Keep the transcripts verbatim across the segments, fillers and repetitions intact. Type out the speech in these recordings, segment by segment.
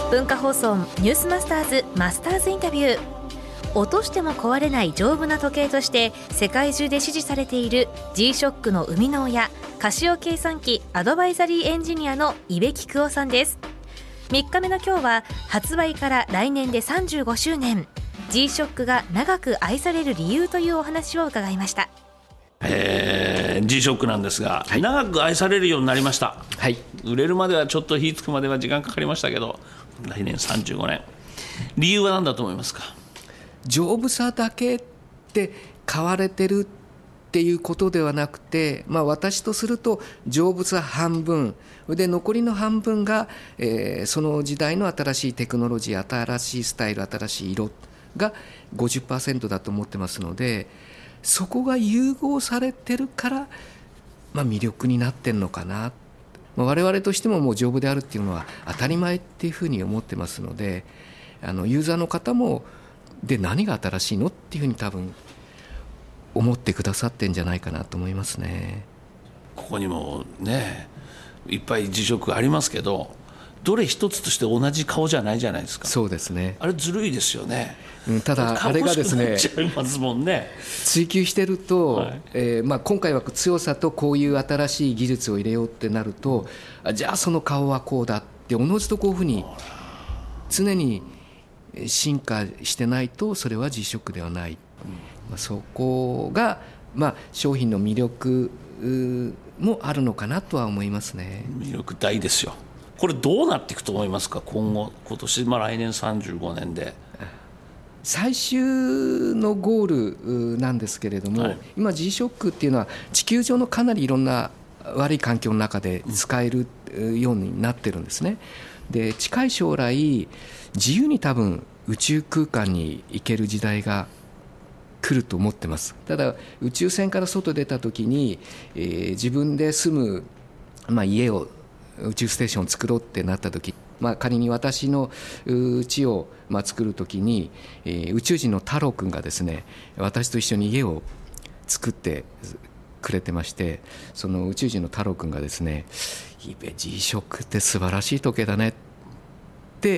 文化放送ニュースマスターズマスターズインタビュー。落としても壊れない丈夫な時計として世界中で支持されている G-ショック の生みの親、カシオ計算機アドバイザリーエンジニアの伊部菊夫さんです。みっかめの今日は発売から来年でさんじゅうごしゅうねん、 G-ショック が長く愛される理由というお話を伺いました。 えー、G-ショック なんですが、はい、長く愛されるようになりました、はい、売れるまではちょっと火つくまでは時間かかりましたけど、来年さんじゅうごねん、理由は何だと思いますか？ 丈夫さだけって買われてるっていうことではなくて、まあ、私とすると丈夫さ半分で残りの半分が、えー、その時代の新しいテクノロジー、新しいスタイル、新しい色が ごじゅっパーセント だと思ってますので、そこが融合されてるから、まあ、魅力になってるのかな。まあ、我々としてももう丈夫であるっていうのは当たり前っていうふうに思ってますので、あのユーザーの方もで何が新しいのっていうふうに多分思ってくださってんじゃないかなと思いますね。 ここにもねいっぱいG-ショックありますけど、どれ一つとして同じ顔じゃないじゃないですか。 そうですね。 あれずるいですよね、 うん、ただあれがですね追求してると、はいえーまあ、今回は強さとこういう新しい技術を入れようってなると、じゃあその顔はこうだっておのずとこういうふうに常に進化してないとそれはG-ショックではない、うんまあ、そこが、まあ、商品の魅力もあるのかなとは思いますね。 魅力大ですよ。これどうなっていくと思いますか？今後今年、まあ、来年さんじゅうごねんで最終のゴールなんですけれども、はい、今 G-ショック っていうのは地球上のかなりいろんな悪い環境の中で使えるようになってるんですね。で近い将来自由に多分宇宙空間に行ける時代が来ると思ってます。ただ宇宙船から外出た時に、えー、自分で住む、まあ、家を宇宙ステーションを作ろうってなった時、まあ、仮に私の家を、まあ、作る時に、えー、宇宙人の太郎くんがですね私と一緒に家を作ってくれてまして、その宇宙人の太郎くんがですね、イベ G-ショック って素晴らしい時計だねって、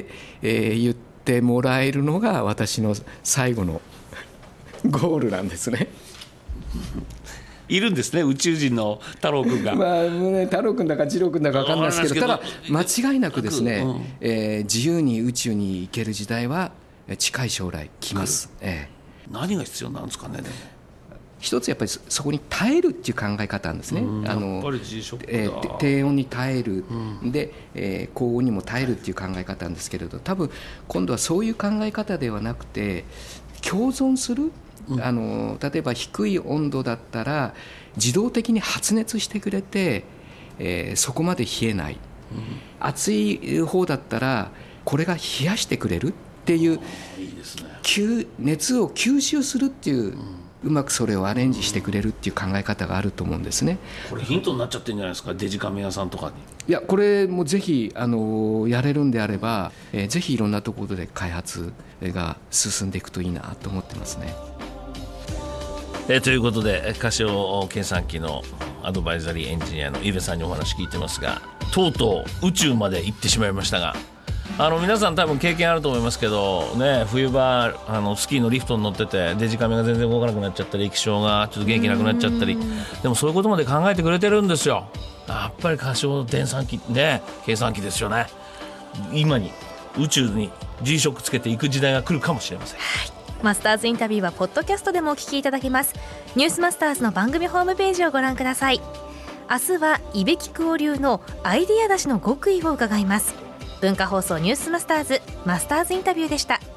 えー、言ってもらえるのが私の最後のゴールなんですね。 いるんですね、宇宙人の太郎くんが。 まあね、太郎くんだか次郎くんだか分かんないですけど、ただ間違いなくですね、うんえー、自由に宇宙に行ける時代は近い将来来ます、えー、何が必要なんですかね。でも一つやっぱりそこに耐えるっていう考え方なんですね。あのやっぱり G-ショックだ、えー、低温に耐える、うん、で、えー、高温にも耐えるっていう考え方なんですけれど、多分今度はそういう考え方ではなくて共存する、うん、あの例えば低い温度だったら自動的に発熱してくれて、えー、そこまで冷えない、うん、熱い方だったらこれが冷やしてくれるっていう、いいですね、熱を吸収するっていう、うんうまくそれをアレンジしてくれるっていう考え方があると思うんですね。 これヒントになっちゃってるんじゃないですか、デジカメ屋さんとかに。 いやこれもぜひあのやれるんであれば、えー、ぜひいろんなところで開発が進んでいくといいなと思ってますね。 えー、ということでカシオ計算機のアドバイザリーエンジニアの伊部さんにお話聞いてますが、とうとう宇宙まで行ってしまいましたが、あの皆さん多分経験あると思いますけど、ね、冬場あのスキーのリフトに乗っててデジカメが全然動かなくなっちゃったり、液晶がちょっと元気なくなっちゃったり、でもそういうことまで考えてくれてるんですよ。やっぱりカシオ電算機ね、計算機ですよね。今に宇宙に G-ショック つけていく時代が来るかもしれません。はい、 マスターズインタビューはポッドキャストでもお聞きいただけます。ニュースマスターズの番組ホームページをご覧ください。明日は伊部菊夫流のアイディア出しの極意を伺います。文化放送ニュースマスターズマスターズインタビューでした。